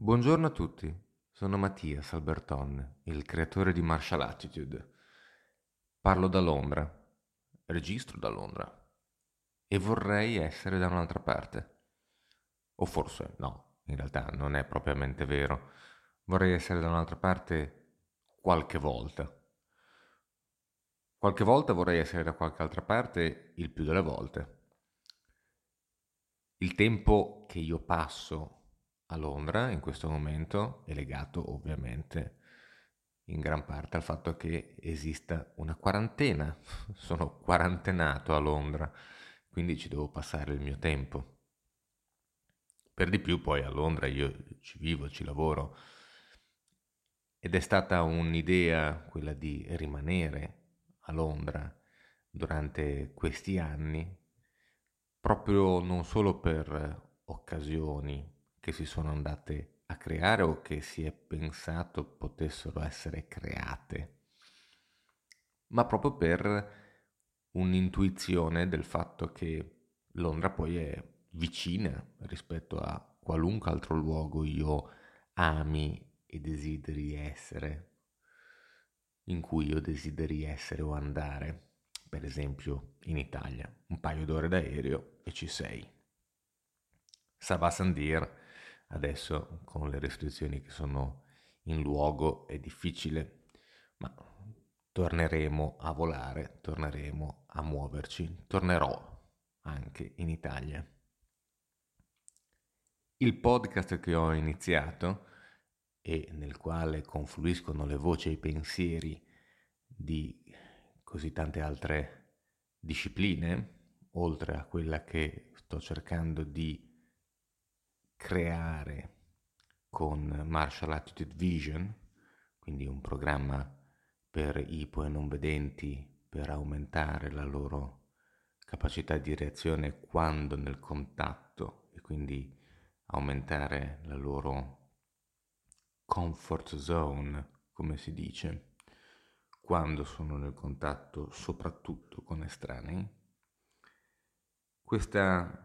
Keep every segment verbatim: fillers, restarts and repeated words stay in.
Buongiorno a tutti, sono Mattias Alberton, il creatore di Martial Attitude. Parlo da Londra, registro da Londra e vorrei essere da un'altra parte. O forse no, in realtà non è propriamente vero. Vorrei essere da un'altra parte qualche volta. Qualche volta vorrei essere da qualche altra parte il più delle volte. Il tempo che io passo a Londra in questo momento è legato ovviamente in gran parte al fatto che esista una quarantena. Sono quarantenato a Londra, quindi ci devo passare il mio tempo. Per di più poi a Londra io ci vivo, ci lavoro ed è stata un'idea quella di rimanere a Londra durante questi anni, proprio non solo per occasioni che si sono andate a creare o che si è pensato potessero essere create, ma proprio per un'intuizione del fatto che Londra poi è vicina rispetto a qualunque altro luogo io ami e desideri essere, in cui io desideri essere o andare. Per esempio in Italia, un paio d'ore d'aereo e ci sei. Ça va sans dire, adesso con le restrizioni che sono in luogo è difficile, ma torneremo a volare, torneremo a muoverci, tornerò anche in Italia. Il podcast che ho iniziato e nel quale confluiscono le voci e i pensieri di così tante altre discipline, oltre a quella che sto cercando di creare con Martial Attitude Vision, quindi un programma per ipo e non vedenti per aumentare la loro capacità di reazione quando nel contatto e quindi aumentare la loro comfort zone, come si dice, quando sono nel contatto soprattutto con estranei. Questa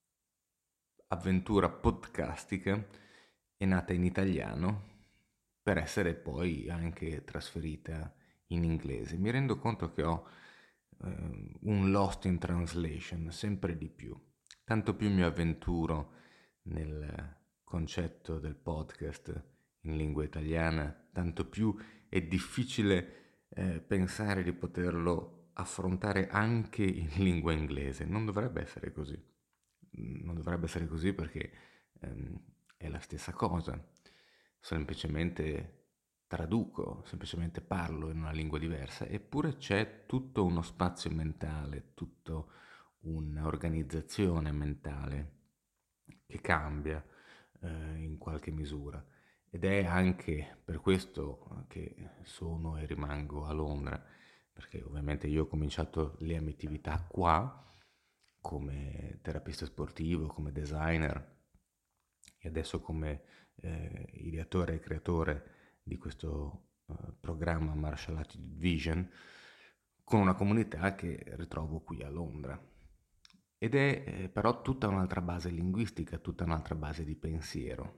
avventura podcastica è nata in italiano per essere poi anche trasferita in inglese. Mi rendo conto che ho eh, un lost in translation sempre di più. Tanto più mi avventuro nel concetto del podcast in lingua italiana, tanto più è difficile eh, pensare di poterlo affrontare anche in lingua inglese. Non dovrebbe essere così. Non dovrebbe essere così perché ehm, è la stessa cosa. Semplicemente traduco, semplicemente parlo in una lingua diversa, eppure c'è tutto uno spazio mentale, tutta un'organizzazione mentale che cambia eh, in qualche misura. Ed è anche per questo che sono e rimango a Londra, perché ovviamente io ho cominciato le mie attività qua come terapista sportivo, come designer e adesso come eh, ideatore e creatore di questo eh, programma Martial Attitude Vision con una comunità che ritrovo qui a Londra. Ed è eh, però tutta un'altra base linguistica, tutta un'altra base di pensiero.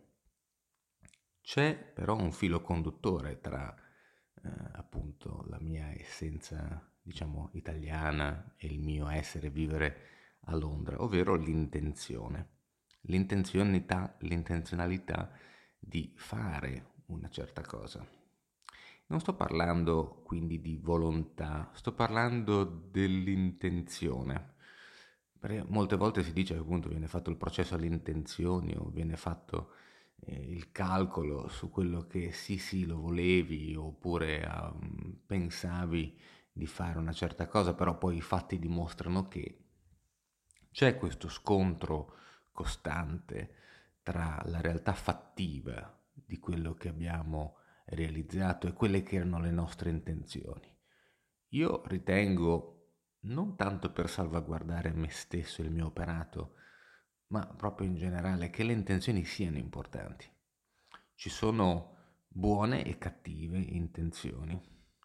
C'è però un filo conduttore tra eh, appunto la mia essenza, diciamo, italiana e il mio essere vivere a Londra, ovvero l'intenzione. L'intenzionalità, l'intenzionalità di fare una certa cosa. Non sto parlando quindi di volontà, sto parlando dell'intenzione. Perché molte volte si dice che appunto viene fatto il processo alle intenzioni o viene fatto eh, il calcolo su quello che sì sì lo volevi oppure um, pensavi di fare una certa cosa, però poi i fatti dimostrano che c'è questo scontro costante tra la realtà fattiva di quello che abbiamo realizzato e quelle che erano le nostre intenzioni. Io ritengo, non tanto per salvaguardare me stesso e il mio operato, ma proprio in generale, che le intenzioni siano importanti. Ci sono buone e cattive intenzioni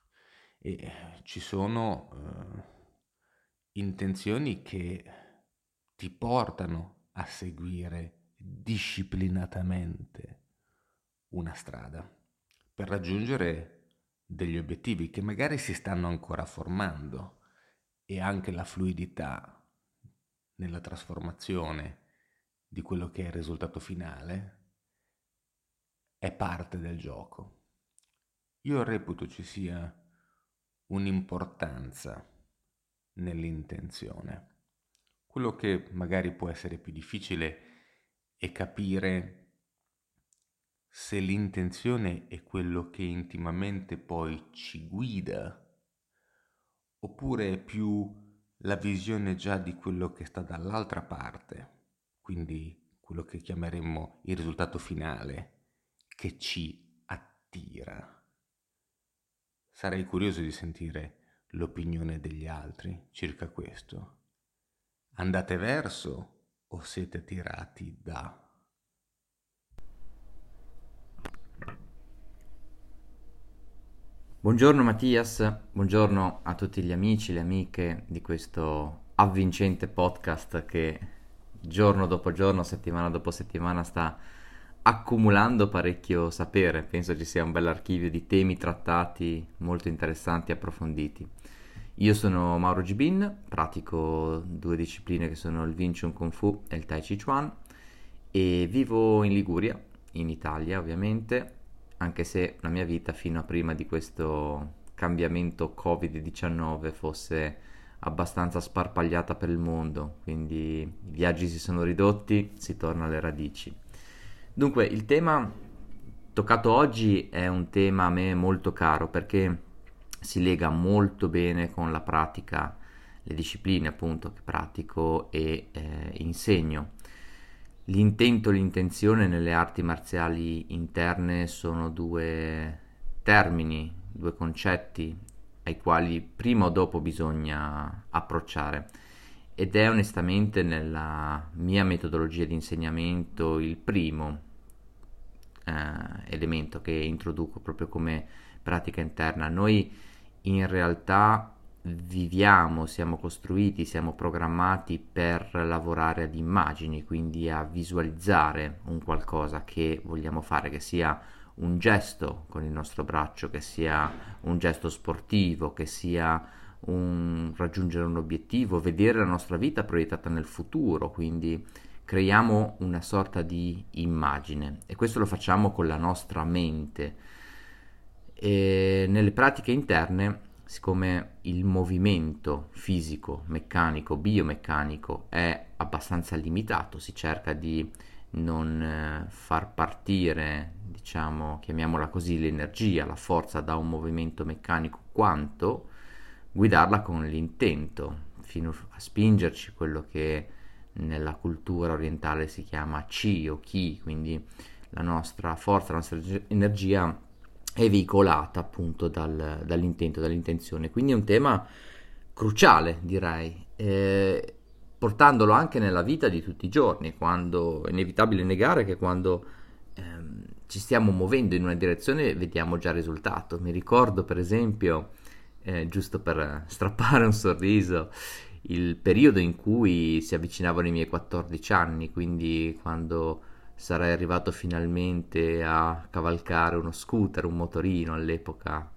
e ci sono eh, intenzioni che ti portano a seguire disciplinatamente una strada per raggiungere degli obiettivi che magari si stanno ancora formando, e anche la fluidità nella trasformazione di quello che è il risultato finale è parte del gioco. Io reputo ci sia un'importanza nell'intenzione. Quello che magari può essere più difficile è capire se l'intenzione è quello che intimamente poi ci guida, oppure è più la visione già di quello che sta dall'altra parte, quindi quello che chiameremmo il risultato finale, che ci attira. Sarei curioso di sentire l'opinione degli altri circa questo. Andate verso o siete attirati da? Buongiorno Mattias, buongiorno a tutti gli amici, le amiche di questo avvincente podcast che giorno dopo giorno, settimana dopo settimana sta accumulando parecchio sapere. Penso ci sia un bel archivio di temi trattati molto interessanti e approfonditi. Io sono Mauro Gibin, pratico due discipline che sono il Wing Chun Kung Fu e il Tai Chi Chuan e vivo in Liguria, in Italia ovviamente, anche se la mia vita fino a prima di questo cambiamento covid diciannove fosse abbastanza sparpagliata per il mondo, quindi i viaggi si sono ridotti, si torna alle radici. Dunque, il tema toccato oggi è un tema a me molto caro perché si lega molto bene con la pratica, le discipline appunto che pratico e eh, insegno. L'intento e l'intenzione nelle arti marziali interne sono due termini, due concetti ai quali prima o dopo bisogna approcciare ed è onestamente nella mia metodologia di insegnamento il primo eh, elemento che introduco proprio come pratica interna. Noi in realtà viviamo, siamo costruiti, siamo programmati per lavorare ad immagini, quindi a visualizzare un qualcosa che vogliamo fare, che sia un gesto con il nostro braccio, che sia un gesto sportivo, che sia un raggiungere un obiettivo, vedere la nostra vita proiettata nel futuro, quindi creiamo una sorta di immagine e questo lo facciamo con la nostra mente. E nelle pratiche interne, siccome il movimento fisico, meccanico, biomeccanico è abbastanza limitato, si cerca di non eh, far partire, diciamo, chiamiamola così, l'energia, la forza da un movimento meccanico, quanto guidarla con l'intento, fino a spingerci quello che nella cultura orientale si chiama chi o chi, quindi la nostra forza, la nostra energia è veicolata appunto dal, dall'intento, dall'intenzione. Quindi è un tema cruciale, direi, eh, portandolo anche nella vita di tutti i giorni, quando è inevitabile negare che quando ehm, ci stiamo muovendo in una direzione vediamo già il risultato. Mi ricordo per esempio, eh, giusto per strappare un sorriso, il periodo in cui si avvicinavano i miei quattordici anni, quindi quando sarei arrivato finalmente a cavalcare uno scooter, un motorino all'epoca.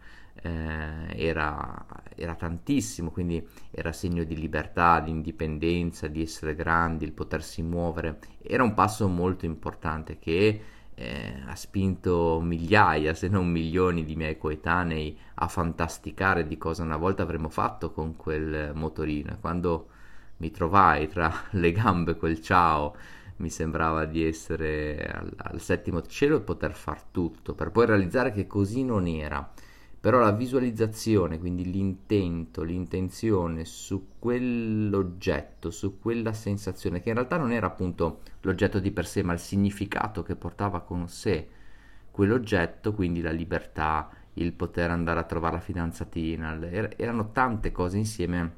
Eh, era, era tantissimo, quindi era segno di libertà, di indipendenza, di essere grandi, il potersi muovere. Era un passo molto importante che eh, ha spinto migliaia, se non milioni di miei coetanei a fantasticare di cosa una volta avremmo fatto con quel motorino. Quando mi trovai tra le gambe quel ciao, mi sembrava di essere al, al settimo cielo e poter far tutto, per poi realizzare che così non era. Però la visualizzazione, quindi l'intento, l'intenzione su quell'oggetto, su quella sensazione, che in realtà non era appunto l'oggetto di per sé, ma il significato che portava con sé quell'oggetto, quindi la libertà, il poter andare a trovare la fidanzatina, er- erano tante cose insieme,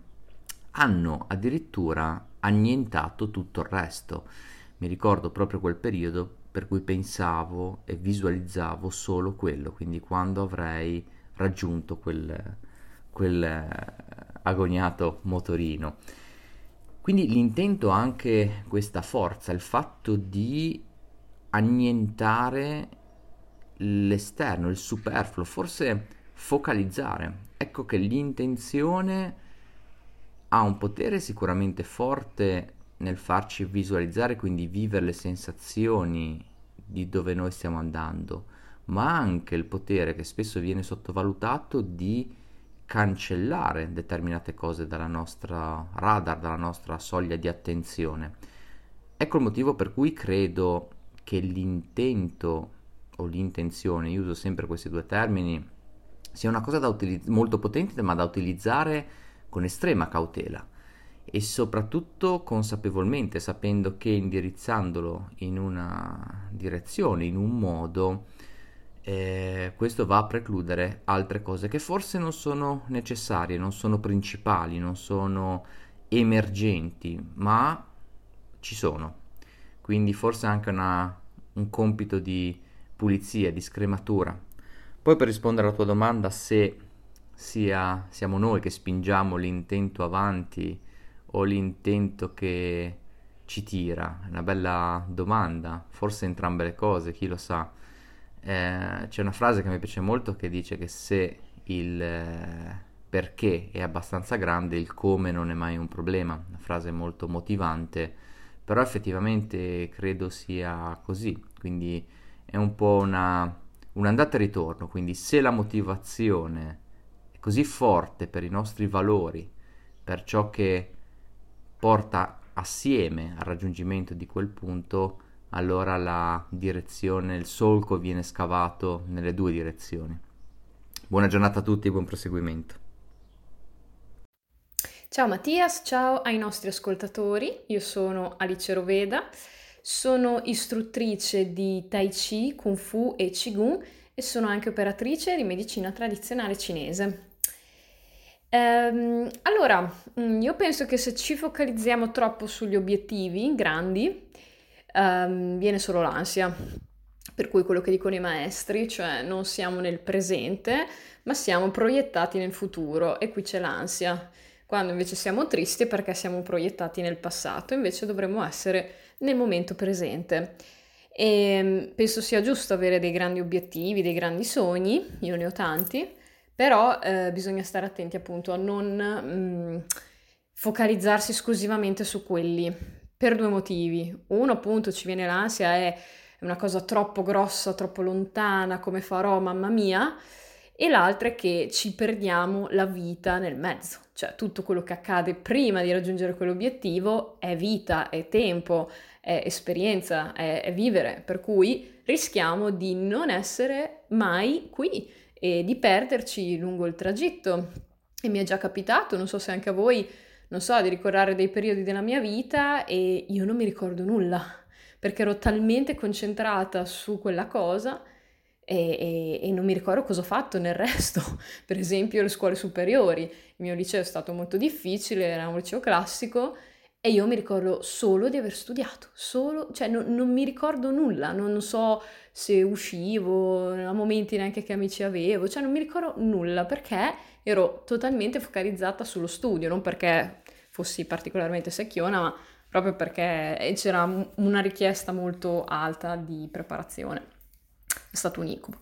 hanno addirittura annientato tutto il resto. Mi ricordo proprio quel periodo per cui pensavo e visualizzavo solo quello, quindi quando avrei raggiunto quel, quel eh, agognato motorino. Quindi l'intento ha anche questa forza, il fatto di annientare l'esterno, il superfluo, forse focalizzare. Ecco che l'intenzione ha un potere sicuramente forte nel farci visualizzare, quindi vivere le sensazioni di dove noi stiamo andando, ma ha anche il potere, che spesso viene sottovalutato, di cancellare determinate cose dalla nostra radar, dalla nostra soglia di attenzione. Ecco il motivo per cui credo che l'intento o l'intenzione, io uso sempre questi due termini, sia una cosa da utiliz- molto potente, ma da utilizzare con estrema cautela e soprattutto consapevolmente, sapendo che indirizzandolo in una direzione, in un modo, eh, questo va a precludere altre cose che forse non sono necessarie, non sono principali, non sono emergenti, ma ci sono. Quindi forse anche una, un compito di pulizia, di scrematura. Poi per rispondere alla tua domanda, se sia siamo noi che spingiamo l'intento avanti o l'intento che ci tira, è una bella domanda, forse entrambe le cose, chi lo sa. Eh, c'è una frase che mi piace molto che dice che se il eh, perché è abbastanza grande, il come non è mai un problema, una frase molto motivante, però effettivamente credo sia così, quindi è un po' una un andata e ritorno, quindi se la motivazione è così forte per i nostri valori, per ciò che porta assieme al raggiungimento di quel punto, allora la direzione, il solco viene scavato nelle due direzioni. Buona giornata a tutti e buon proseguimento. Ciao Mattias, ciao ai nostri ascoltatori, io sono Alice Roveda, sono istruttrice di Tai Chi, Kung Fu e Qigong e sono anche operatrice di medicina tradizionale cinese. Ehm, allora, mm, io penso che se ci focalizziamo troppo sugli obiettivi grandi, ehm, viene solo l'ansia. Per cui quello che dicono i maestri, cioè non siamo nel presente, ma siamo proiettati nel futuro e qui c'è l'ansia. Quando invece siamo tristi è perché siamo proiettati nel passato, invece dovremmo essere nel momento presente. E penso sia giusto avere dei grandi obiettivi, dei grandi sogni, io ne ho tanti, però eh, bisogna stare attenti appunto a non mh, focalizzarsi esclusivamente su quelli, per due motivi. Uno appunto ci viene l'ansia, è una cosa troppo grossa, troppo lontana, come farò, mamma mia, e l'altra è che ci perdiamo la vita nel mezzo, cioè tutto quello che accade prima di raggiungere quell'obiettivo è vita, è tempo, è esperienza, è, è vivere, per cui rischiamo di non essere mai qui e di perderci lungo il tragitto. E mi è già capitato, non so se anche a voi, non so, di ricordare dei periodi della mia vita e io non mi ricordo nulla, perché ero talmente concentrata su quella cosa e, e- e non mi ricordo cosa ho fatto nel resto. Per esempio le scuole superiori, il mio liceo è stato molto difficile, era un liceo classico e io mi ricordo solo di aver studiato, solo, cioè non, non mi ricordo nulla, non, non so se uscivo, a momenti neanche che amici avevo, cioè non mi ricordo nulla perché ero totalmente focalizzata sullo studio, non perché fossi particolarmente secchiona, ma proprio perché c'era m- una richiesta molto alta di preparazione. È stato un incubo.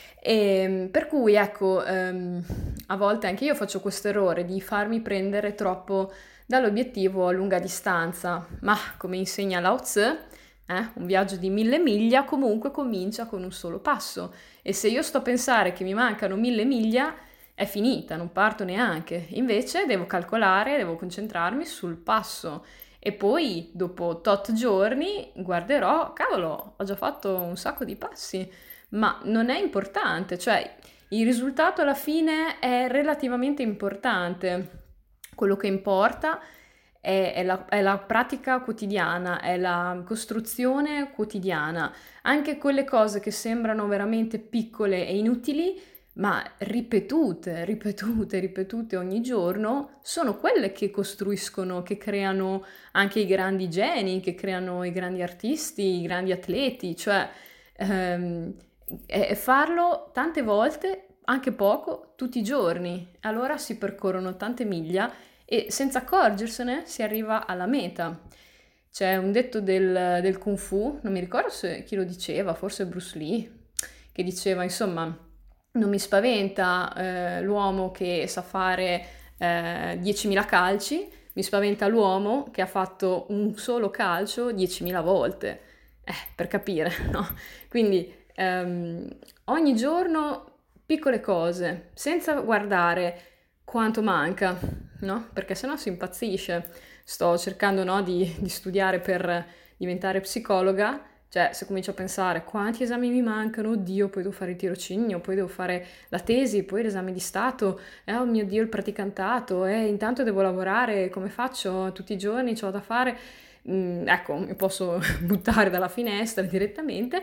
E, per cui ecco, ehm, a volte anche io faccio questo errore di farmi prendere troppo dall'obiettivo a lunga distanza, ma come insegna Lao Tse, eh, un viaggio di mille miglia comunque comincia con un solo passo e se io sto a pensare che mi mancano mille miglia è finita, non parto neanche. Invece devo calcolare, devo concentrarmi sul passo e poi dopo tot giorni guarderò, cavolo, ho già fatto un sacco di passi, ma non è importante, cioè il risultato alla fine è relativamente importante. Quello che importa è, è la, è la pratica quotidiana, è la costruzione quotidiana. Anche quelle cose che sembrano veramente piccole e inutili, ma ripetute, ripetute, ripetute ogni giorno, sono quelle che costruiscono, che creano anche i grandi geni, che creano i grandi artisti, i grandi atleti, cioè ehm, e farlo tante volte, anche poco, tutti i giorni. Allora si percorrono tante miglia e senza accorgersene si arriva alla meta. C'è un detto del, del Kung Fu, non mi ricordo se chi lo diceva, forse Bruce Lee, che diceva, insomma, non mi spaventa eh, l'uomo che sa fare eh, diecimila calci, mi spaventa l'uomo che ha fatto un solo calcio diecimila volte. Eh, per capire, no? Quindi ehm, ogni giorno piccole cose, senza guardare quanto manca, no? Perché sennò si impazzisce. Sto cercando, no, di, di studiare per diventare psicologa, cioè se comincio a pensare quanti esami mi mancano, oddio, poi devo fare il tirocinio, poi devo fare la tesi, poi l'esame di Stato, eh, oh mio Dio, il praticantato, eh, intanto devo lavorare, come faccio? Tutti i giorni c'ho da fare, mm, ecco, mi posso buttare dalla finestra direttamente.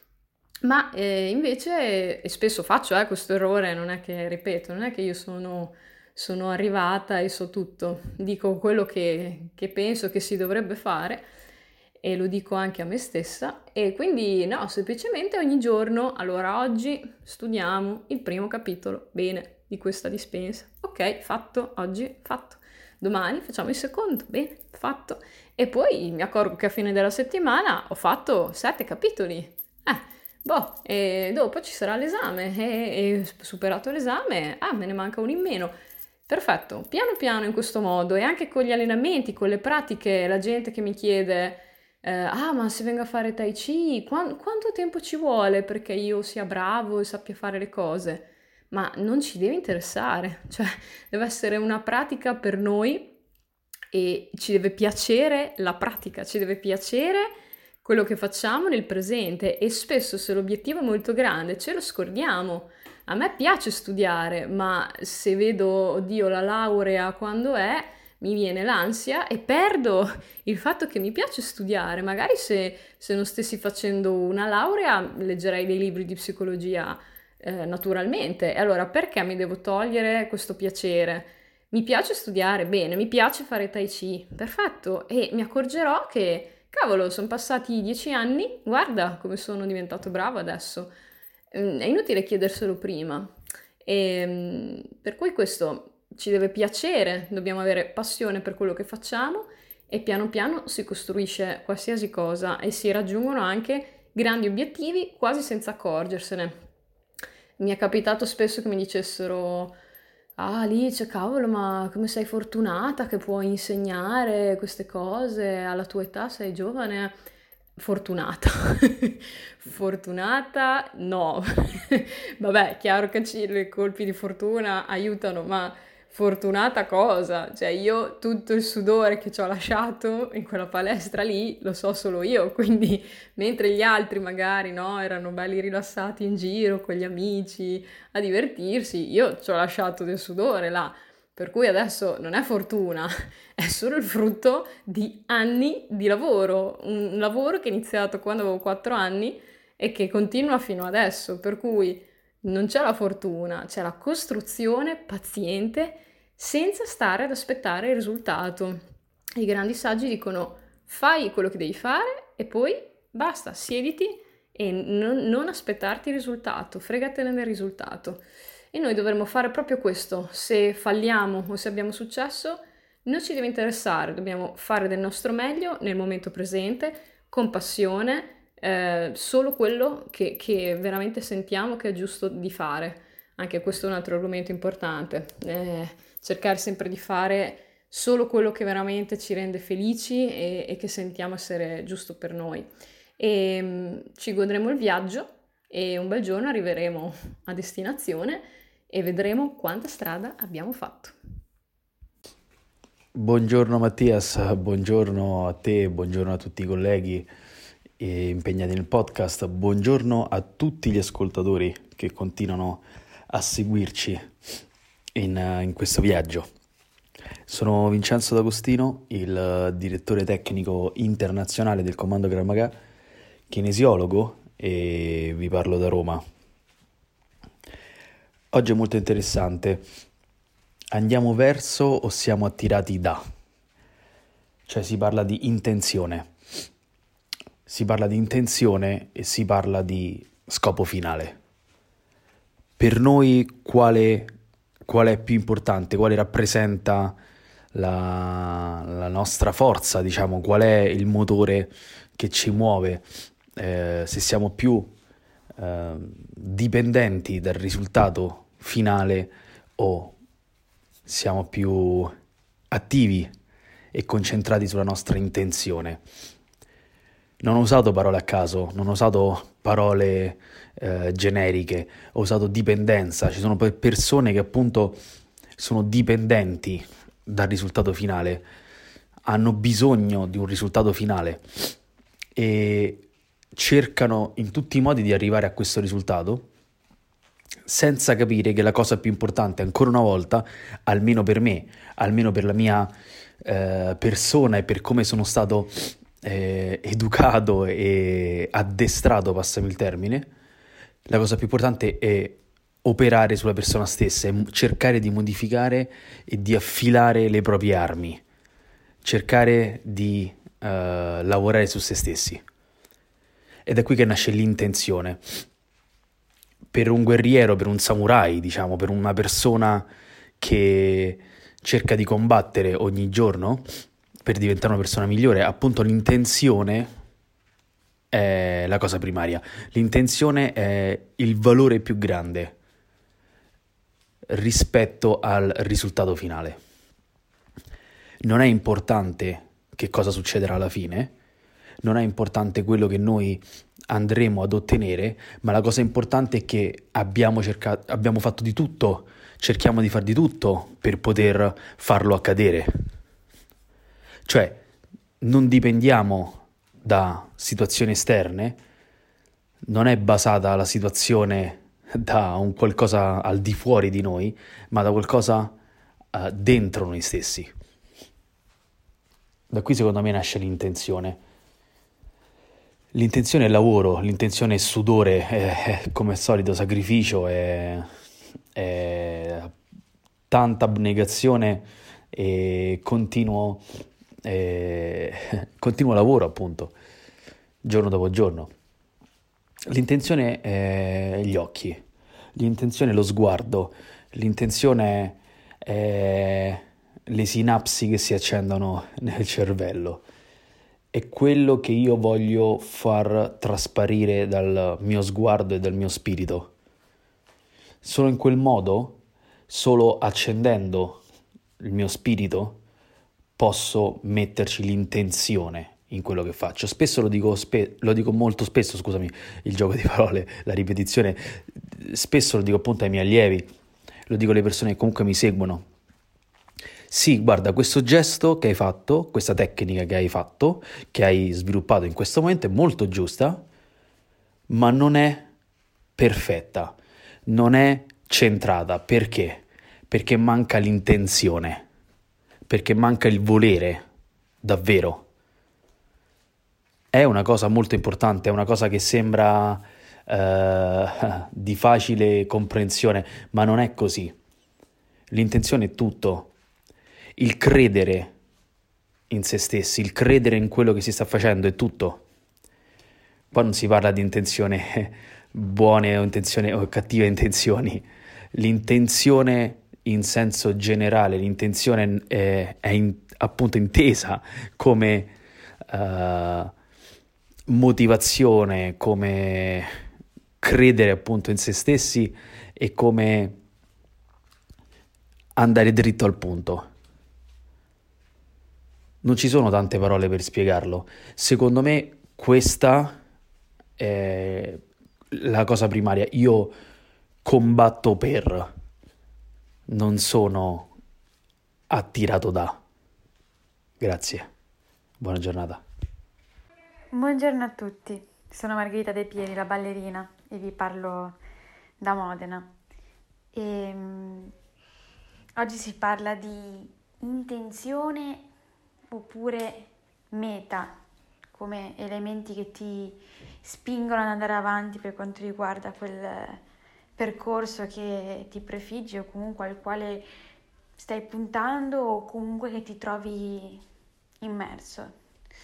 Ma eh, invece, e spesso faccio eh, questo errore, non è che, ripeto, non è che io sono, sono arrivata e so tutto, dico quello che, che penso che si dovrebbe fare e lo dico anche a me stessa e quindi no, semplicemente ogni giorno, allora oggi studiamo il primo capitolo, bene, di questa dispensa, ok, fatto, oggi fatto, domani facciamo il secondo, bene, fatto, e poi mi accorgo che a fine della settimana ho fatto sette capitoli, eh, boh, e dopo ci sarà l'esame e, e superato l'esame, ah, me ne manca uno in meno. Perfetto, piano piano in questo modo e anche con gli allenamenti, con le pratiche, la gente che mi chiede eh, ah, ma se vengo a fare Tai Chi, quan- quanto tempo ci vuole perché io sia bravo e sappia fare le cose? Ma non ci deve interessare, cioè deve essere una pratica per noi e ci deve piacere la pratica, ci deve piacere quello che facciamo nel presente e spesso se l'obiettivo è molto grande ce lo scordiamo. A me piace studiare, ma se vedo, oddio, la laurea quando è, mi viene l'ansia e perdo il fatto che mi piace studiare. Magari se, se non stessi facendo una laurea, leggerei dei libri di psicologia eh, naturalmente. E allora perché mi devo togliere questo piacere? Mi piace studiare, bene, mi piace fare Tai Chi, perfetto, e mi accorgerò che, cavolo, sono passati dieci anni, guarda come sono diventato bravo adesso. Mm, È inutile chiederselo prima. E, mm, per cui questo ci deve piacere, dobbiamo avere passione per quello che facciamo e piano piano si costruisce qualsiasi cosa e si raggiungono anche grandi obiettivi quasi senza accorgersene. Mi è capitato spesso che mi dicessero ah, Alice, cavolo, ma come sei fortunata che puoi insegnare queste cose alla tua età, sei giovane. Fortunata. Fortunata no. Vabbè, chiaro che ci- i colpi di fortuna aiutano, ma fortunata cosa? Cioè io tutto il sudore che ci ho lasciato in quella palestra lì lo so solo io, quindi mentre gli altri magari no, erano belli rilassati in giro con gli amici a divertirsi, io ci ho lasciato del sudore là. Per cui adesso non è fortuna, è solo il frutto di anni di lavoro, un lavoro che è iniziato quando avevo quattro anni e che continua fino adesso, per cui non c'è la fortuna, c'è la costruzione paziente senza stare ad aspettare il risultato. I grandi saggi dicono fai quello che devi fare e poi basta, siediti e non, non aspettarti il risultato, fregatene del risultato. E noi dovremmo fare proprio questo. Se falliamo o se abbiamo successo, non ci deve interessare, dobbiamo fare del nostro meglio nel momento presente, con passione, eh, solo quello che, che veramente sentiamo che è giusto di fare. Anche questo è un altro argomento importante. Eh, cercare sempre di fare solo quello che veramente ci rende felici e, e che sentiamo essere giusto per noi. E mh, ci godremo il viaggio e un bel giorno arriveremo a destinazione e vedremo quanta strada abbiamo fatto. Buongiorno Mattias, buongiorno a te, buongiorno a tutti i colleghi eh, impegnati nel podcast, buongiorno a tutti gli ascoltatori che continuano a seguirci in, in questo viaggio. Sono Vincenzo D'Agostino, il direttore tecnico internazionale del Comando Krav Maga, kinesiologo e vi parlo da Roma. Oggi è molto interessante. Andiamo verso o siamo attirati da? Cioè si parla di intenzione. Si parla di intenzione e si parla di scopo finale. Per noi quale, quale è più importante? Quale rappresenta la, la nostra forza, diciamo? Qual è il motore che ci muove? Eh, se siamo più eh, dipendenti dal risultato finale o siamo più attivi e concentrati sulla nostra intenzione. Non ho usato parole a caso, non ho usato parole eh, generiche, ho usato dipendenza. Ci sono persone che appunto sono dipendenti dal risultato finale, hanno bisogno di un risultato finale e cercano in tutti i modi di arrivare a questo risultato senza capire che la cosa più importante, ancora una volta, almeno per me, almeno per la mia eh, persona e per come sono stato eh, educato e addestrato, passami il termine, la cosa più importante è operare sulla persona stessa e cercare di modificare e di affilare le proprie armi, cercare di eh, lavorare su se stessi. Ed è qui che nasce l'intenzione. Per un guerriero, per un samurai, diciamo, per una persona che cerca di combattere ogni giorno per diventare una persona migliore, appunto l'intenzione è la cosa primaria. L'intenzione è il valore più grande rispetto al risultato finale. Non è importante che cosa succederà alla fine, non è importante quello che noi andremo ad ottenere, ma la cosa importante è che abbiamo cercato, abbiamo fatto di tutto, cerchiamo di far di tutto per poter farlo accadere. Cioè, non dipendiamo da situazioni esterne, non è basata la situazione da un qualcosa al di fuori di noi, ma da qualcosa uh, dentro noi stessi. Da qui secondo me nasce l'intenzione. L'intenzione è lavoro, l'intenzione è sudore, è, è come al solito sacrificio, è, è tanta abnegazione e continuo, è, continuo lavoro appunto, giorno dopo giorno. L'intenzione è gli occhi, l'intenzione è lo sguardo, l'intenzione è le sinapsi che si accendono nel cervello. È quello che io voglio far trasparire dal mio sguardo e dal mio spirito. Solo in quel modo, solo accendendo il mio spirito, posso metterci l'intenzione in quello che faccio. Spesso lo dico, spe- lo dico molto spesso, scusami, il gioco di parole, la ripetizione, spesso lo dico appunto ai miei allievi, lo dico alle persone che comunque mi seguono. Sì, guarda, questo gesto che hai fatto, questa tecnica che hai fatto, che hai sviluppato in questo momento è molto giusta, ma non è perfetta, non è centrata. Perché? Perché manca l'intenzione, perché manca il volere, davvero. È una cosa molto importante, è una cosa che sembra eh, di facile comprensione, ma non è così. L'intenzione è tutto. Il credere in se stessi, il credere in quello che si sta facendo è tutto. Qua non si parla di intenzione buone o intenzione o cattive intenzioni. L'intenzione in senso generale, l'intenzione è, è in, appunto intesa come uh, motivazione, come credere appunto in se stessi e come andare dritto al punto. Non ci sono tante parole per spiegarlo. Secondo me questa è la cosa primaria. Io combatto per, non sono attirato da. Grazie. Buona giornata. Buongiorno a tutti. Sono Margherita De Pieri, la ballerina, e vi parlo da Modena. E, um, oggi si parla di intenzione oppure meta, come elementi che ti spingono ad andare avanti per quanto riguarda quel percorso che ti prefiggi o comunque al quale stai puntando o comunque che ti trovi immerso.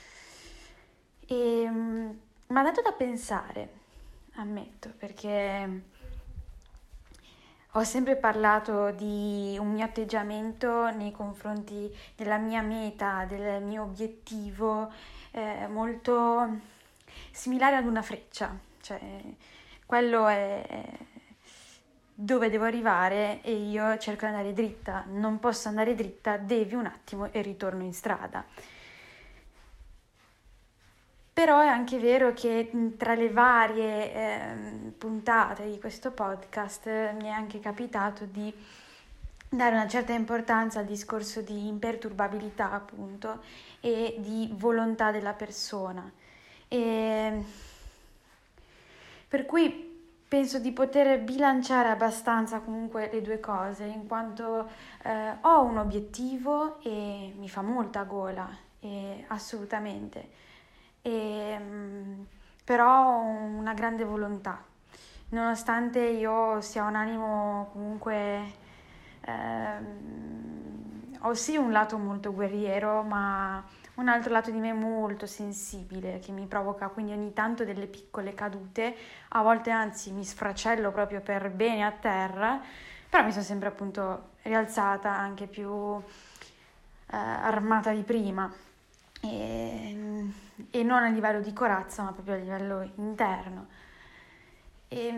E mi ha dato da pensare, ammetto, perché ho sempre parlato di un mio atteggiamento nei confronti della mia meta, del mio obiettivo, eh, molto similare ad una freccia, cioè quello è dove devo arrivare e io cerco di andare dritta. Non posso andare dritta, devi un attimo e ritorno in strada. Però è anche vero che tra le varie eh, puntate di questo podcast eh, mi è anche capitato di dare una certa importanza al discorso di imperturbabilità, appunto, e di volontà della persona. E per cui penso di poter bilanciare abbastanza comunque le due cose, in quanto eh, ho un obiettivo e mi fa molta gola, e assolutamente. E, però ho una grande volontà, nonostante io sia un animo comunque ehm, ho sì un lato molto guerriero, ma un altro lato di me molto sensibile, che mi provoca quindi ogni tanto delle piccole cadute, a volte anzi mi sfracello proprio per bene a terra, però mi sono sempre appunto rialzata, anche più eh, armata di prima. E, e non a livello di corazza, ma proprio a livello interno. E,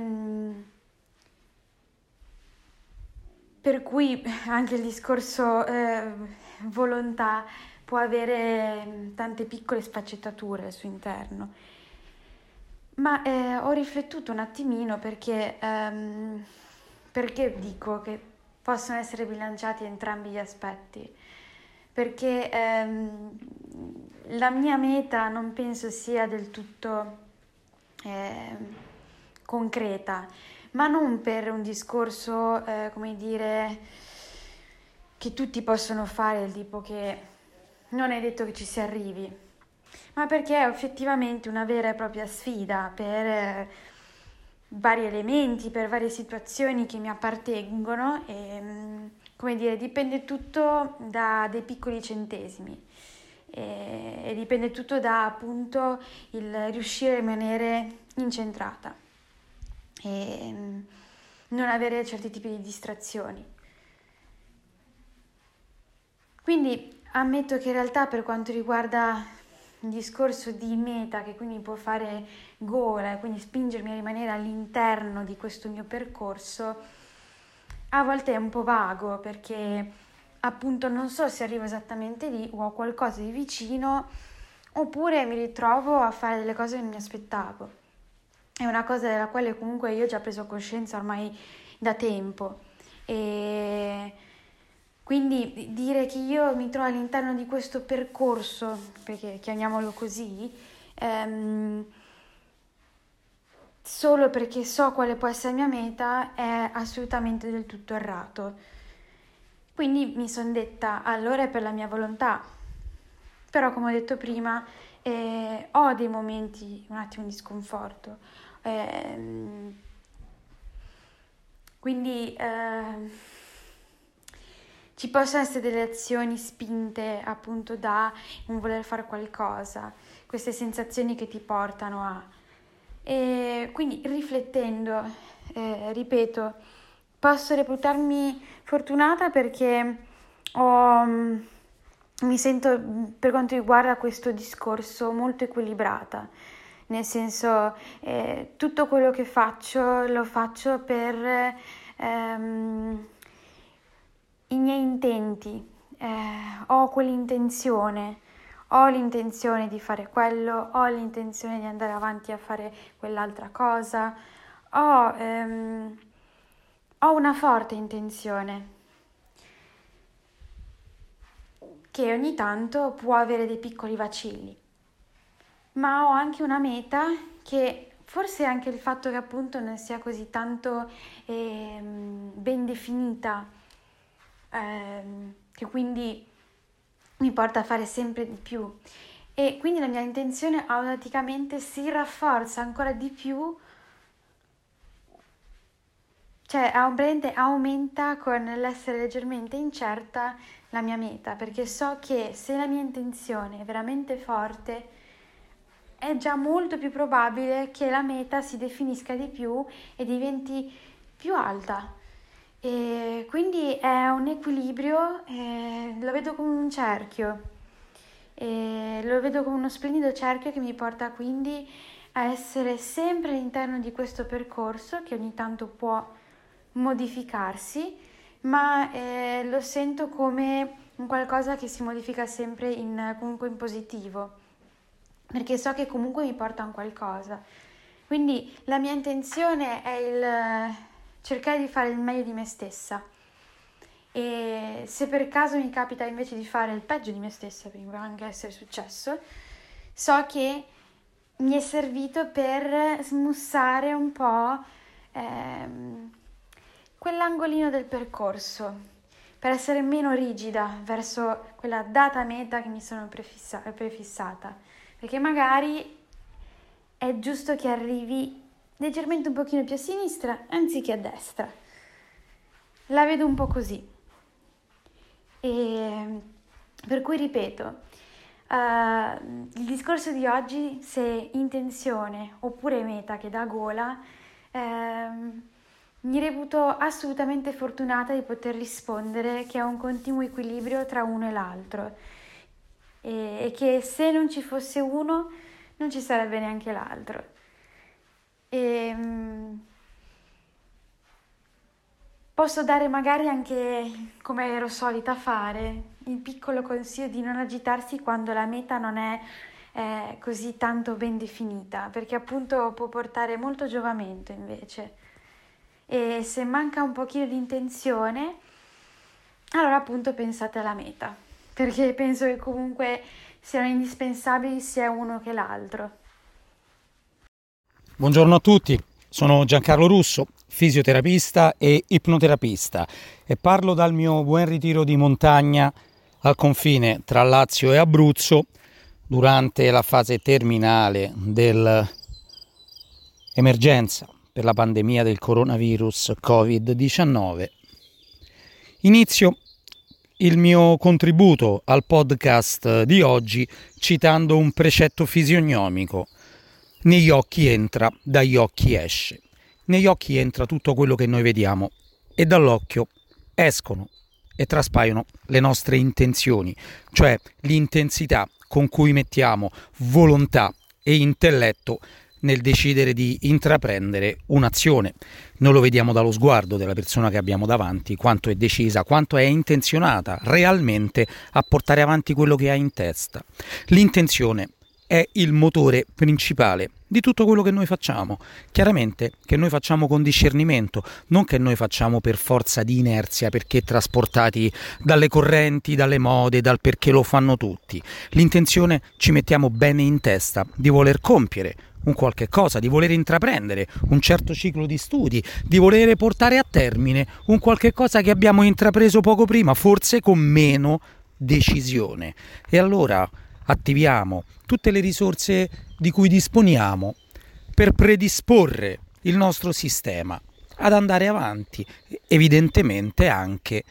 per cui anche il discorso eh, volontà può avere tante piccole sfaccettature al suo interno. Ma eh, ho riflettuto un attimino perché, ehm, perché dico che possono essere bilanciati entrambi gli aspetti. Perché ehm, la mia meta non penso sia del tutto eh, concreta, ma non per un discorso, eh, come dire, che tutti possono fare, del tipo che non è detto che ci si arrivi, ma perché è effettivamente una vera e propria sfida per eh, vari elementi, per varie situazioni che mi appartengono e, come dire, dipende tutto da dei piccoli centesimi e, e dipende tutto da appunto il riuscire a rimanere incentrata e non avere certi tipi di distrazioni. Quindi ammetto che in realtà, per quanto riguarda il discorso di meta, che quindi può fare gola e quindi spingermi a rimanere all'interno di questo mio percorso, a volte è un po' vago, perché appunto non so se arrivo esattamente lì o ho qualcosa di vicino, oppure mi ritrovo a fare delle cose che non mi aspettavo. È una cosa della quale comunque io ho già preso coscienza ormai da tempo, e quindi dire che io mi trovo all'interno di questo percorso, perché chiamiamolo così, ehm, solo perché so quale può essere la mia meta, è assolutamente del tutto errato. Quindi mi sono detta, allora è per la mia volontà, però come ho detto prima eh, ho dei momenti un attimo di sconforto, eh, quindi eh, ci possono essere delle azioni spinte appunto da un voler fare qualcosa, queste sensazioni che ti portano a... E quindi riflettendo, eh, ripeto, posso reputarmi fortunata perché ho, mi sento, per quanto riguarda questo discorso, molto equilibrata, nel senso eh, tutto quello che faccio lo faccio per ehm, i miei intenti, eh, ho quell'intenzione. Ho l'intenzione di fare quello, ho l'intenzione di andare avanti a fare quell'altra cosa, ho, ehm, ho una forte intenzione che ogni tanto può avere dei piccoli vacilli, ma ho anche una meta che forse anche il fatto che appunto non sia così tanto ehm, ben definita, ehm, che quindi mi porta a fare sempre di più, e quindi la mia intenzione automaticamente si rafforza ancora di più, cioè aumenta con l'essere leggermente incerta la mia meta, perché so che se la mia intenzione è veramente forte è già molto più probabile che la meta si definisca di più e diventi più alta. E quindi è un equilibrio, eh, lo vedo come un cerchio, e lo vedo come uno splendido cerchio che mi porta quindi a essere sempre all'interno di questo percorso che ogni tanto può modificarsi, ma eh, lo sento come un qualcosa che si modifica sempre in, comunque in positivo, perché so che comunque mi porta a un qualcosa. Quindi la mia intenzione è il cercare di fare il meglio di me stessa, e se per caso mi capita invece di fare il peggio di me stessa, perché può anche essere successo, so che mi è servito per smussare un po' ehm, quell'angolino del percorso, per essere meno rigida verso quella data meta che mi sono prefissa- prefissata, perché magari è giusto che arrivi leggermente un pochino più a sinistra anziché a destra. La vedo un po' così. E per cui ripeto, uh, il discorso di oggi, se intenzione oppure meta che dà gola, ehm, mi reputo assolutamente fortunata di poter rispondere che è un continuo equilibrio tra uno e l'altro, e, e che se non ci fosse uno non ci sarebbe neanche l'altro. E, um, Posso dare magari anche, come ero solita fare, il piccolo consiglio di non agitarsi quando la meta non è eh, così tanto ben definita, perché appunto può portare molto giovamento invece. E se manca un pochino di intenzione, allora appunto pensate alla meta, perché penso che comunque siano indispensabili sia uno che l'altro. Buongiorno a tutti, sono Giancarlo Russo, fisioterapista e ipnoterapista, e parlo dal mio buon ritiro di montagna al confine tra Lazio e Abruzzo durante la fase terminale dell'emergenza per la pandemia del coronavirus covid diciannove. Inizio il mio contributo al podcast di oggi citando un precetto fisionomico: negli occhi entra, dagli occhi esce. Negli occhi entra tutto quello che noi vediamo e dall'occhio escono e traspaiono le nostre intenzioni, cioè l'intensità con cui mettiamo volontà e intelletto nel decidere di intraprendere un'azione. Noi lo vediamo dallo sguardo della persona che abbiamo davanti, quanto è decisa, quanto è intenzionata realmente a portare avanti quello che ha in testa. L'intenzione è il motore principale di tutto quello che noi facciamo. Chiaramente che noi facciamo con discernimento, non che noi facciamo per forza di inerzia, perché trasportati dalle correnti, dalle mode, dal perché lo fanno tutti. L'intenzione ci mettiamo bene in testa di voler compiere un qualche cosa, di voler intraprendere un certo ciclo di studi, di voler portare a termine un qualche cosa che abbiamo intrapreso poco prima, forse con meno decisione. E allora attiviamo tutte le risorse di cui disponiamo per predisporre il nostro sistema ad andare avanti, evidentemente anche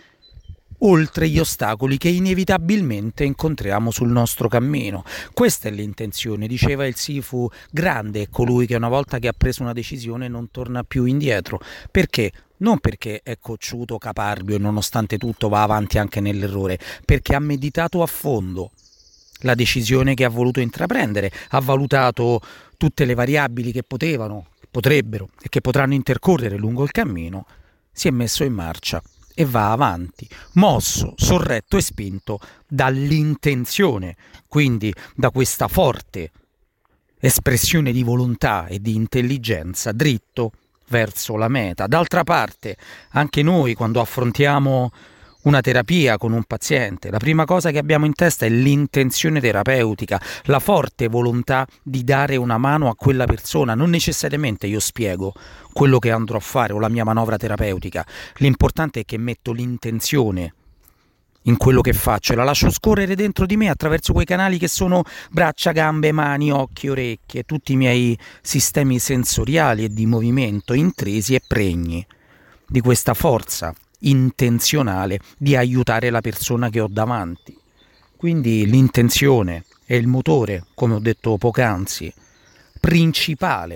oltre gli ostacoli che inevitabilmente incontriamo sul nostro cammino. Questa è l'intenzione, diceva il Sifu grande, è colui che una volta che ha preso una decisione non torna più indietro. Perché? Non perché è cocciuto, caparbio e nonostante tutto va avanti anche nell'errore, perché ha meditato a fondo la decisione che ha voluto intraprendere, ha valutato tutte le variabili che potevano, potrebbero e che potranno intercorrere lungo il cammino, si è messo in marcia e va avanti, mosso, sorretto e spinto dall'intenzione, quindi da questa forte espressione di volontà e di intelligenza, dritto verso la meta. D'altra parte, anche noi quando affrontiamo una terapia con un paziente, la prima cosa che abbiamo in testa è l'intenzione terapeutica, la forte volontà di dare una mano a quella persona. Non necessariamente io spiego quello che andrò a fare o la mia manovra terapeutica, l'importante è che metto l'intenzione in quello che faccio e la lascio scorrere dentro di me attraverso quei canali che sono braccia, gambe, mani, occhi, orecchie, tutti i miei sistemi sensoriali e di movimento intrisi e pregni di questa forza intenzionale di aiutare la persona che ho davanti. Quindi l'intenzione è il motore, come ho detto poc'anzi, principale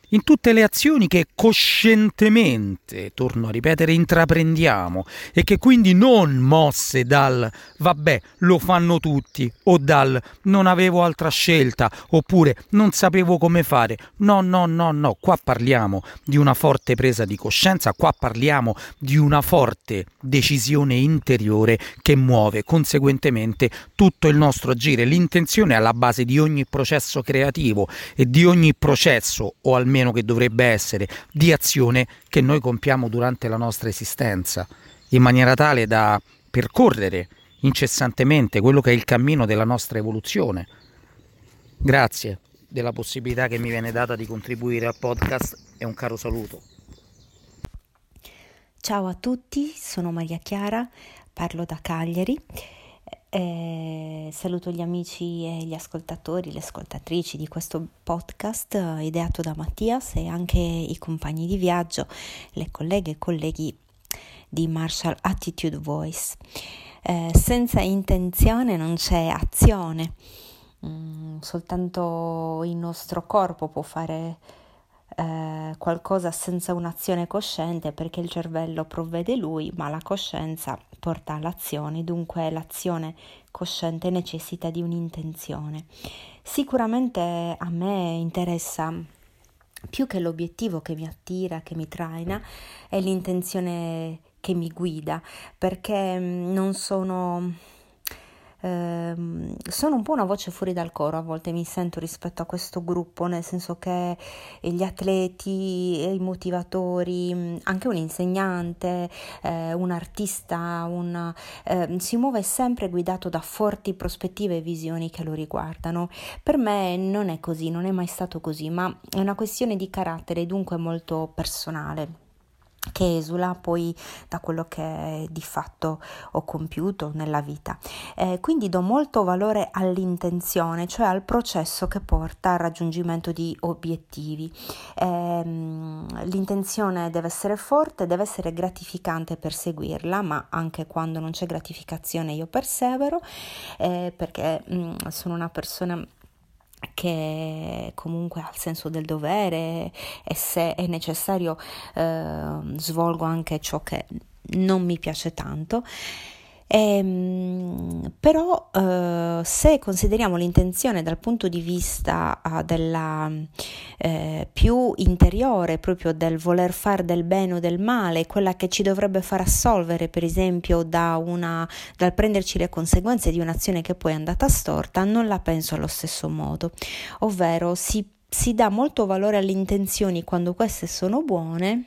in tutte le azioni che coscientemente, torno a ripetere, intraprendiamo e che quindi non mosse dal vabbè lo fanno tutti o dal non avevo altra scelta oppure non sapevo come fare. No, no, no, no, qua parliamo di una forte presa di coscienza, qua parliamo di una forte decisione interiore che muove conseguentemente tutto il nostro agire. L'intenzione è alla base di ogni processo creativo e di ogni processo, o almeno che dovrebbe essere, di azione che noi compiamo durante la nostra esistenza, in maniera tale da percorrere incessantemente quello che è il cammino della nostra evoluzione. Grazie della possibilità che mi viene data di contribuire al podcast e un caro saluto. Ciao a tutti, sono Maria Chiara, parlo da Cagliari. Eh, saluto gli amici e gli ascoltatori, le ascoltatrici di questo podcast eh, ideato da Mattias e anche i compagni di viaggio, le colleghe e colleghi di Marshall Attitude Voice. Eh, senza intenzione non c'è azione, mm, soltanto il nostro corpo può fare eh, qualcosa senza un'azione cosciente, perché il cervello provvede lui, ma la coscienza porta all'azione, dunque l'azione cosciente necessita di un'intenzione. Sicuramente a me interessa più che l'obiettivo che mi attira, che mi traina, è l'intenzione che mi guida, perché non sono... Uh, sono un po' una voce fuori dal coro, a volte mi sento rispetto a questo gruppo, nel senso che gli atleti, i motivatori, anche un insegnante, eh, un artista, un, eh, si muove sempre guidato da forti prospettive e visioni che lo riguardano. Per me non è così, non è mai stato così, ma è una questione di carattere, dunque molto personale, che esula poi da quello che di fatto ho compiuto nella vita. Eh, quindi do molto valore all'intenzione, cioè al processo che porta al raggiungimento di obiettivi. Eh, l'intenzione deve essere forte, deve essere gratificante perseguirla, ma anche quando non c'è gratificazione io persevero, eh, perché mh, sono una persona che comunque ha il senso del dovere e se è necessario eh, svolgo anche ciò che non mi piace tanto. E, però eh, se consideriamo l'intenzione dal punto di vista eh, della eh, più interiore, proprio del voler fare del bene o del male, quella che ci dovrebbe far assolvere per esempio da una, dal prenderci le conseguenze di un'azione che poi è andata storta, non la penso allo stesso modo, ovvero si, si dà molto valore alle intenzioni quando queste sono buone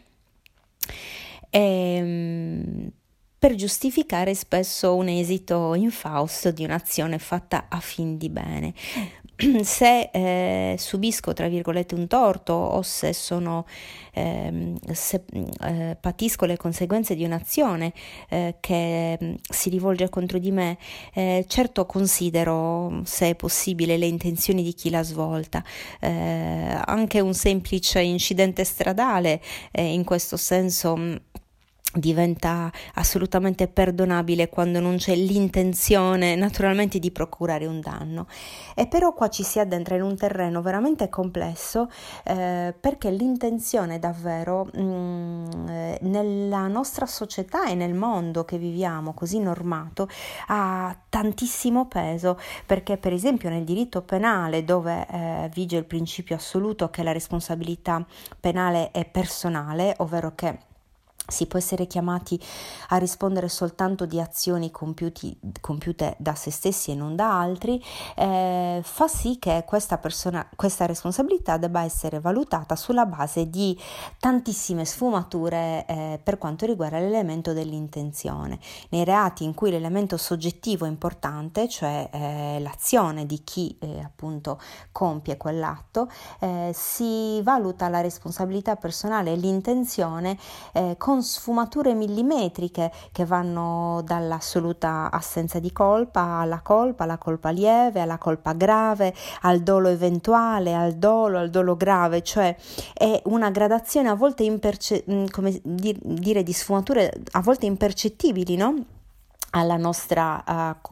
e, per giustificare spesso un esito infausto di un'azione fatta a fin di bene. Se eh, subisco tra virgolette un torto o se sono eh, se eh, patisco le conseguenze di un'azione eh, che eh, si rivolge contro di me, eh, certo considero, se è possibile, le intenzioni di chi l'ha svolta. Eh, anche un semplice incidente stradale eh, in questo senso mh, diventa assolutamente perdonabile quando non c'è l'intenzione naturalmente di procurare un danno. E però qua ci si addentra in un terreno veramente complesso eh, perché l'intenzione davvero mh, nella nostra società e nel mondo che viviamo così normato ha tantissimo peso, perché per esempio nel diritto penale, dove eh, vige il principio assoluto che la responsabilità penale è personale, ovvero che si può essere chiamati a rispondere soltanto di azioni compiuti, compiute da se stessi e non da altri, eh, fa sì che questa persona, questa responsabilità debba essere valutata sulla base di tantissime sfumature eh, per quanto riguarda l'elemento dell'intenzione. Nei reati in cui l'elemento soggettivo è importante, cioè eh, l'azione di chi eh, appunto compie quell'atto, eh, si valuta la responsabilità personale e l'intenzione eh, con sfumature millimetriche che vanno dall'assoluta assenza di colpa alla colpa, alla colpa lieve, alla colpa grave, al dolo eventuale, al dolo, al dolo grave, cioè è una gradazione a volte imperce- come dire di sfumature a volte impercettibili, no? Alla nostra uh,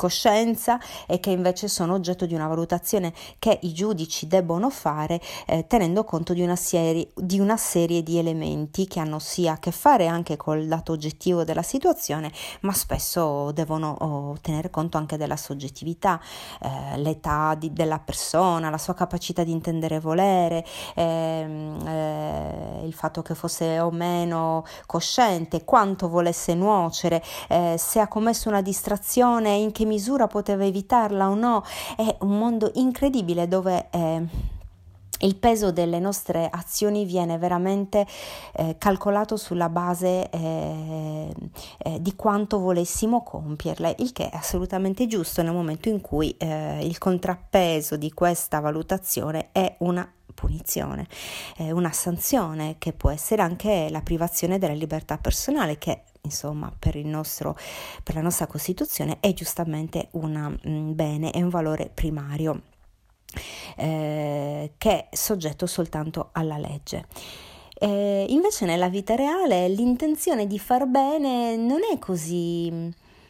coscienza e che invece sono oggetto di una valutazione che i giudici debbono fare eh, tenendo conto di una, serie, di una serie di elementi che hanno sia a che fare anche col dato oggettivo della situazione, ma spesso devono oh, tenere conto anche della soggettività, eh, l'età di, della persona, la sua capacità di intendere e volere, ehm, eh, il fatto che fosse o meno cosciente, quanto volesse nuocere, eh, se ha commesso una distrazione, in che misura poteva evitarla o no. È un mondo incredibile dove eh, il peso delle nostre azioni viene veramente eh, calcolato sulla base eh, eh, di quanto volessimo compierle, il che è assolutamente giusto nel momento in cui eh, il contrappeso di questa valutazione è una punizione, eh, una sanzione che può essere anche la privazione della libertà personale, che insomma per il nostro per la nostra Costituzione è giustamente un um, bene e un valore primario eh, che è soggetto soltanto alla legge. Eh, invece nella vita reale l'intenzione di far bene non è così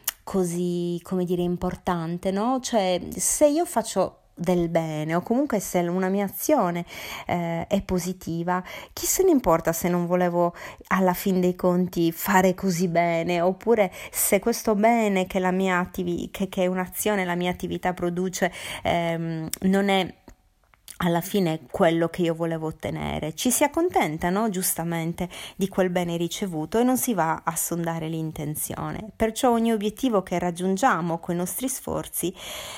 così come dire importante, no? Cioè, se io faccio del bene o comunque se una mia azione eh, è positiva, chi se ne importa se non volevo alla fin dei conti fare così bene, oppure se questo bene che la mia attivi- che, che un'azione, la mia attività produce ehm, non è alla fine quello che io volevo ottenere. Ci si accontenta, no? Giustamente, di quel bene ricevuto e non si va a sondare l'intenzione. Perciò ogni obiettivo che raggiungiamo con i nostri sforzi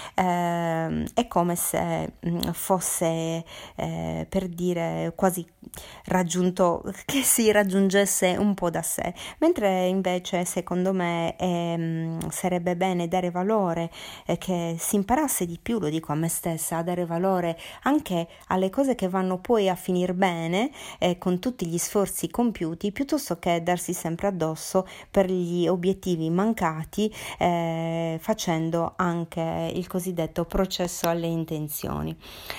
eh, è come se mh, fosse eh, per dire quasi raggiunto, che si raggiungesse un po' da sé, mentre invece secondo me eh, sarebbe bene dare valore, eh, che si imparasse di più, lo dico a me stessa, a dare valore anche alle cose che vanno poi a finir bene eh, con tutti gli sforzi compiuti, piuttosto che darsi sempre addosso per gli obiettivi mancati, eh, facendo anche il cosiddetto processo alle intenzioni.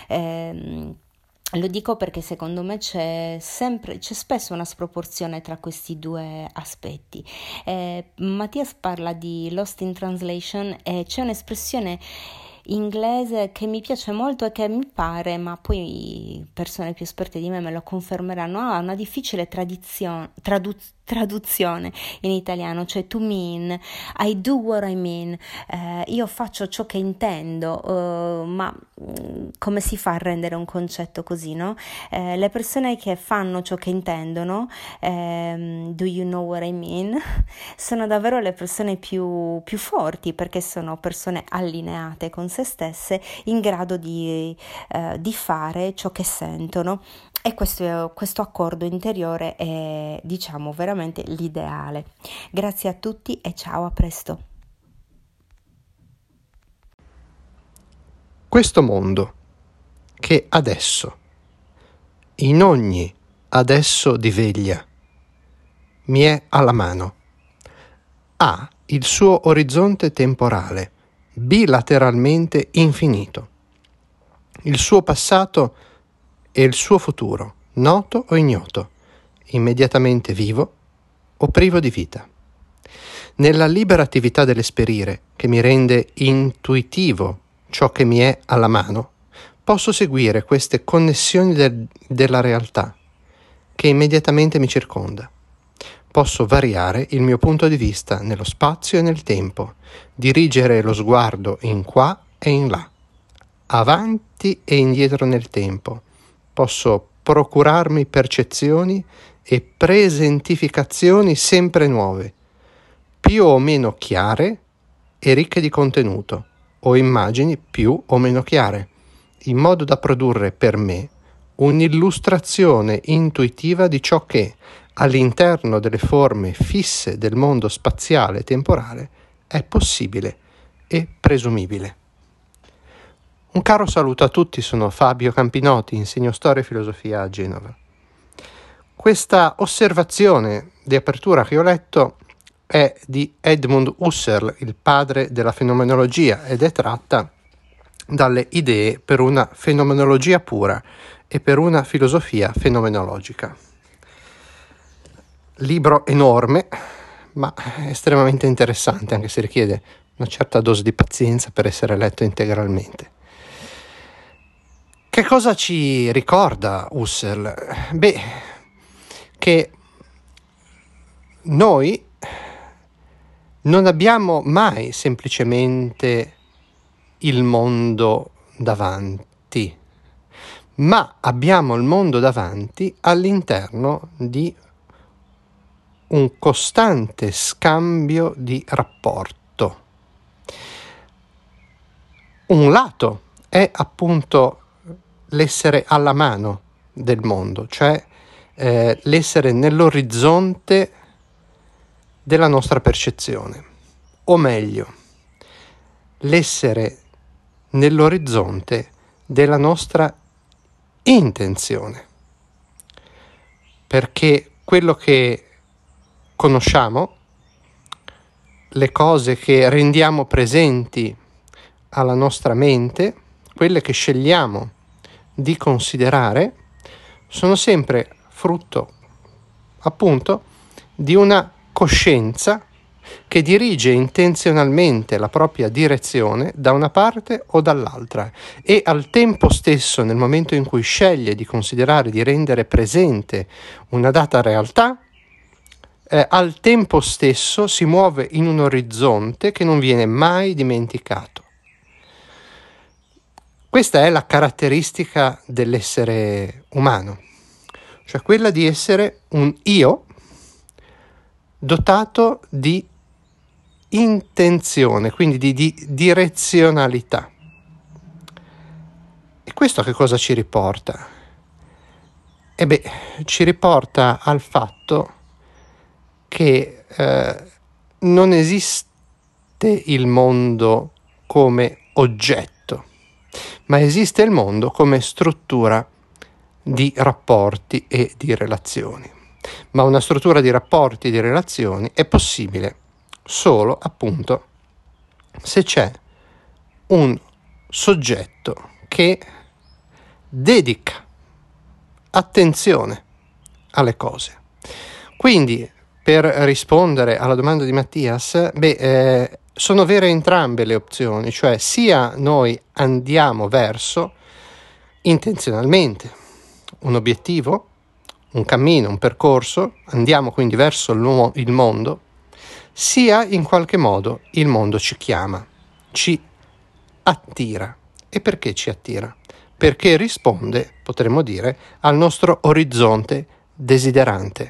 Eh, Lo dico perché secondo me c'è sempre, c'è spesso una sproporzione tra questi due aspetti. Eh, Mattias parla di lost in translation e c'è un'espressione inglese che mi piace molto e che mi pare, ma poi persone più esperte di me me lo confermeranno, ha una difficile tradizione, tradu- traduzione in italiano, cioè to mean, I do what I mean, eh, io faccio ciò che intendo, uh, ma mh, come si fa a rendere un concetto così, no? Eh, le persone che fanno ciò che intendono, ehm, do you know what I mean, sono davvero le persone più, più forti, perché sono persone allineate con se stesse, in grado di, eh, di fare ciò che sentono, e questo, questo accordo interiore è, diciamo, veramente l'ideale. Grazie a tutti e ciao, a presto. Questo mondo che adesso, in ogni adesso di veglia, mi è alla mano, ha il suo orizzonte temporale bilateralmente infinito, il suo passato e il suo futuro, noto o ignoto, immediatamente vivo o privo di vita. Nella libera attività dell'esperire, che mi rende intuitivo ciò che mi è alla mano, posso seguire queste connessioni del, della realtà che immediatamente mi circonda. Posso variare il mio punto di vista nello spazio e nel tempo, dirigere lo sguardo in qua e in là, avanti e indietro nel tempo. Posso procurarmi percezioni e presentificazioni sempre nuove, più o meno chiare e ricche di contenuto, o immagini più o meno chiare, in modo da produrre per me un'illustrazione intuitiva di ciò che, all'interno delle forme fisse del mondo spaziale e temporale, è possibile e presumibile. Un caro saluto a tutti, sono Fabio Campinotti, insegno storia e filosofia a Genova. Questa osservazione di apertura che ho letto è di Edmund Husserl, il padre della fenomenologia, ed è tratta dalle idee per una fenomenologia pura e per una filosofia fenomenologica. Libro enorme, ma estremamente interessante, anche se richiede una certa dose di pazienza per essere letto integralmente. Che cosa ci ricorda Husserl? Beh, che noi non abbiamo mai semplicemente il mondo davanti, ma abbiamo il mondo davanti all'interno di un costante scambio di rapporto. Un lato è appunto l'essere alla mano del mondo, cioè eh, l'essere nell'orizzonte della nostra percezione, o meglio, l'essere nell'orizzonte della nostra intenzione, perché quello che conosciamo, le cose che rendiamo presenti alla nostra mente, quelle che scegliamo di considerare, sono sempre frutto, appunto, di una coscienza che dirige intenzionalmente la propria direzione da una parte o dall'altra e al tempo stesso, nel momento in cui sceglie di considerare di rendere presente una data realtà, eh, al tempo stesso si muove in un orizzonte che non viene mai dimenticato. Questa è la caratteristica dell'essere umano, cioè quella di essere un io dotato di intenzione, quindi di, di direzionalità. E questo che cosa ci riporta? E beh, ci riporta al fatto che eh, non esiste il mondo come oggetto, ma esiste il mondo come struttura di rapporti e di relazioni. Ma una struttura di rapporti e di relazioni è possibile solo, appunto, se c'è un soggetto che dedica attenzione alle cose. Quindi, per rispondere alla domanda di Mattias, beh, eh, sono vere entrambe le opzioni, cioè sia noi andiamo verso intenzionalmente un obiettivo, un cammino, un percorso, andiamo quindi verso il mondo, sia in qualche modo il mondo ci chiama, ci attira. E perché ci attira? Perché risponde, potremmo dire, al nostro orizzonte desiderante.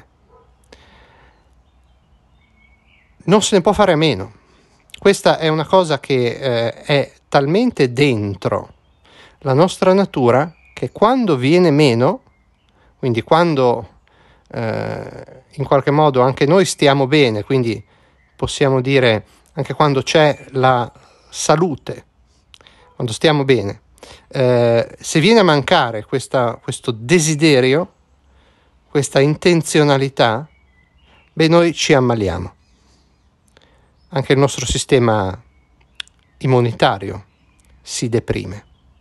Non se ne può fare a meno. Questa è una cosa che eh, è talmente dentro la nostra natura che quando viene meno, quindi quando eh, in qualche modo anche noi stiamo bene, quindi possiamo dire anche quando c'è la salute, quando stiamo bene, eh, se viene a mancare questa, questo desiderio, questa intenzionalità, beh, noi ci ammaliamo. Anche il nostro sistema immunitario si deprime.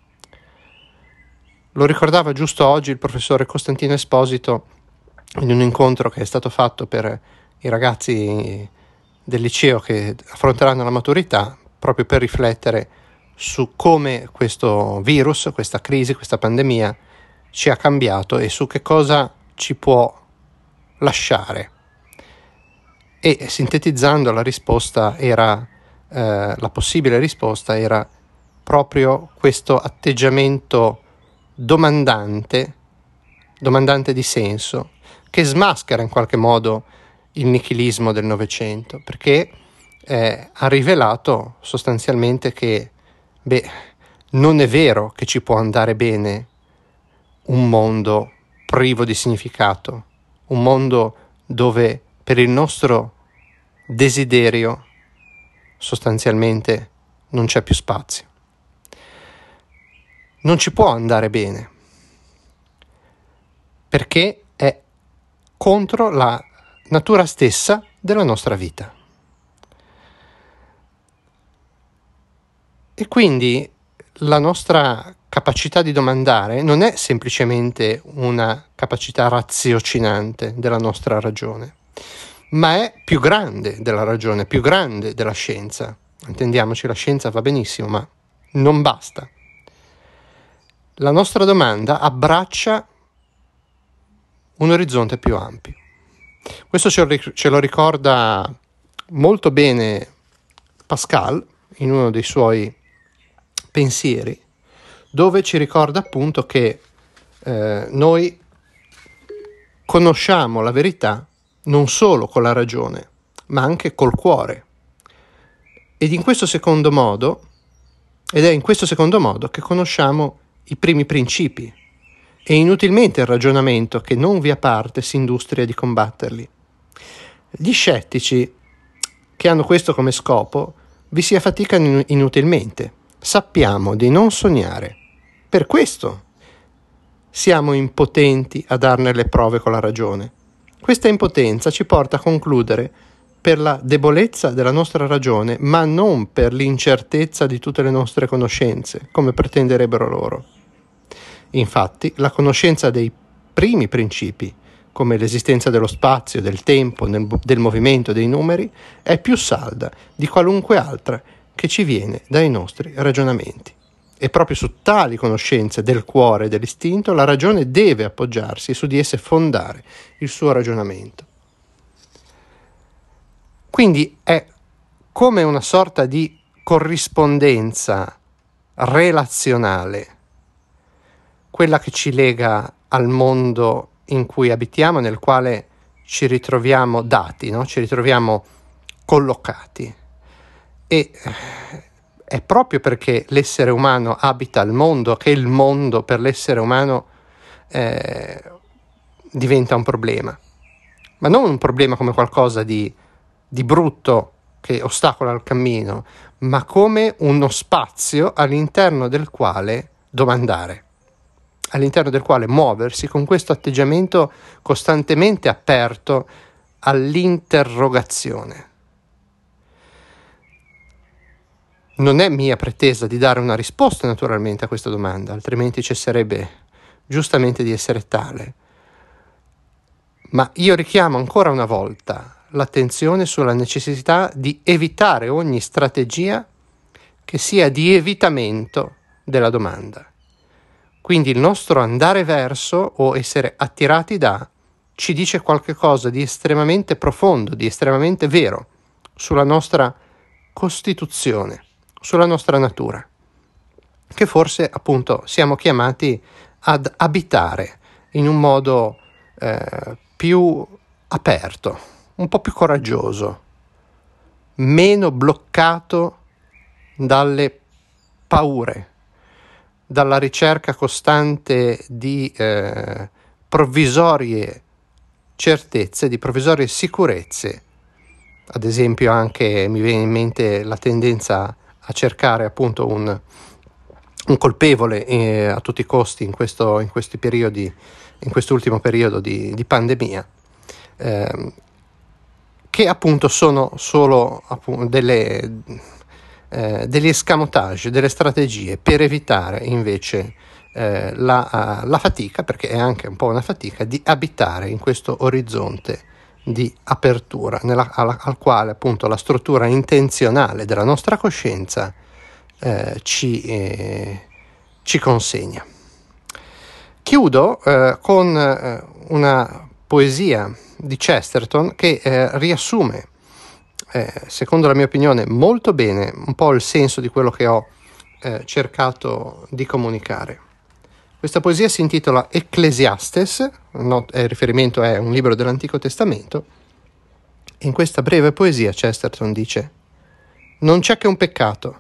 Lo ricordava giusto oggi il professore Costantino Esposito in un incontro che è stato fatto per i ragazzi del liceo che affronteranno la maturità, proprio per riflettere su come questo virus, questa crisi, questa pandemia ci ha cambiato e su che cosa ci può lasciare. E sintetizzando, la risposta era, eh, la possibile risposta era proprio questo atteggiamento domandante, domandante di senso, che smaschera in qualche modo il nichilismo del Novecento, perché eh, ha rivelato sostanzialmente che, beh, non è vero che ci può andare bene un mondo privo di significato, un mondo dove per il nostro desiderio sostanzialmente non c'è più spazio. Non ci può andare bene perché è contro la natura stessa della nostra vita. E quindi la nostra capacità di domandare non è semplicemente una capacità raziocinante della nostra ragione, ma è più grande della ragione, più grande della scienza. Intendiamoci, la scienza va benissimo, ma non basta. La nostra domanda abbraccia un orizzonte più ampio. Questo ce lo, ce lo ricorda molto bene Pascal in uno dei suoi pensieri, dove ci ricorda appunto che eh, noi conosciamo la verità non solo con la ragione, ma anche col cuore. Ed in questo secondo modo, ed è in questo secondo modo che conosciamo i primi principi. È inutilmente il ragionamento che non via parte si industria di combatterli. Gli scettici che hanno questo come scopo vi si affaticano inutilmente. Sappiamo di non sognare. Per questo siamo impotenti a darne le prove con la ragione. Questa impotenza ci porta a concludere per la debolezza della nostra ragione, ma non per l'incertezza di tutte le nostre conoscenze, come pretenderebbero loro. Infatti, la conoscenza dei primi principi, come l'esistenza dello spazio, del tempo, del movimento, dei numeri, è più salda di qualunque altra che ci viene dai nostri ragionamenti. E proprio su tali conoscenze del cuore e dell'istinto la ragione deve appoggiarsi e su di esse fondare il suo ragionamento. Quindi è come una sorta di corrispondenza relazionale, quella che ci lega al mondo in cui abitiamo, nel quale ci ritroviamo dati, no? Ci ritroviamo collocati. E è proprio perché l'essere umano abita il mondo che il mondo per l'essere umano eh, diventa un problema. Ma non un problema come qualcosa di, di brutto che ostacola il cammino, ma come uno spazio all'interno del quale domandare, all'interno del quale muoversi con questo atteggiamento costantemente aperto all'interrogazione. Non è mia pretesa di dare una risposta naturalmente a questa domanda, altrimenti cesserebbe giustamente di essere tale. Ma io richiamo ancora una volta l'attenzione sulla necessità di evitare ogni strategia che sia di evitamento della domanda. Quindi il nostro andare verso o essere attirati da ci dice qualche cosa di estremamente profondo, di estremamente vero sulla nostra costituzione, sulla nostra natura, che forse appunto siamo chiamati ad abitare in un modo eh, più aperto, un po' più coraggioso, meno bloccato dalle paure, dalla ricerca costante di eh, provvisorie certezze, di provvisorie sicurezze. Ad esempio anche mi viene in mente la tendenza a cercare appunto un, un colpevole eh, a tutti i costi in questo in questi periodi, in quest'ultimo periodo di, di pandemia, eh, che appunto sono solo appunto, delle, eh, degli escamotage, delle strategie per evitare invece eh, la, la fatica, perché è anche un po' una fatica, di abitare in questo orizzonte di apertura nella, alla, al quale appunto la struttura intenzionale della nostra coscienza eh, ci, eh, ci consegna. Chiudo eh, con eh, una poesia di Chesterton che eh, riassume, eh, secondo la mia opinione, molto bene un po' il senso di quello che ho eh, cercato di comunicare. Questa poesia si intitola Ecclesiastes, no, il riferimento è un libro dell'Antico Testamento. In questa breve poesia Chesterton dice: non c'è che un peccato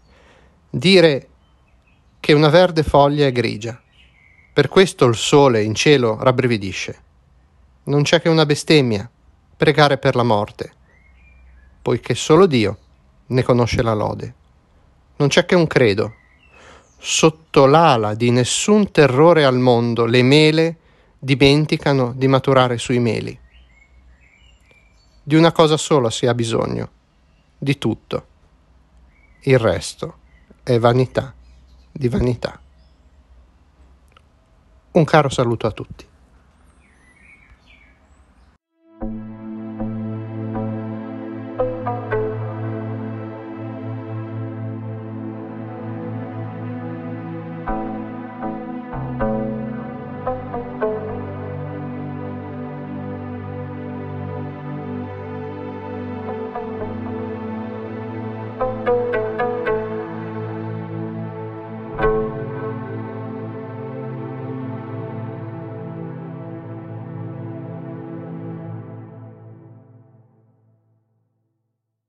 dire che una verde foglia è grigia, per questo il sole in cielo rabbrividisce. Non c'è che una bestemmia pregare per la morte, poiché solo Dio ne conosce la lode. Non c'è che un credo: sotto l'ala di nessun terrore al mondo le mele dimenticano di maturare sui meli. Di una cosa sola si ha bisogno, di tutto. Il resto è vanità di vanità. Un caro saluto a tutti.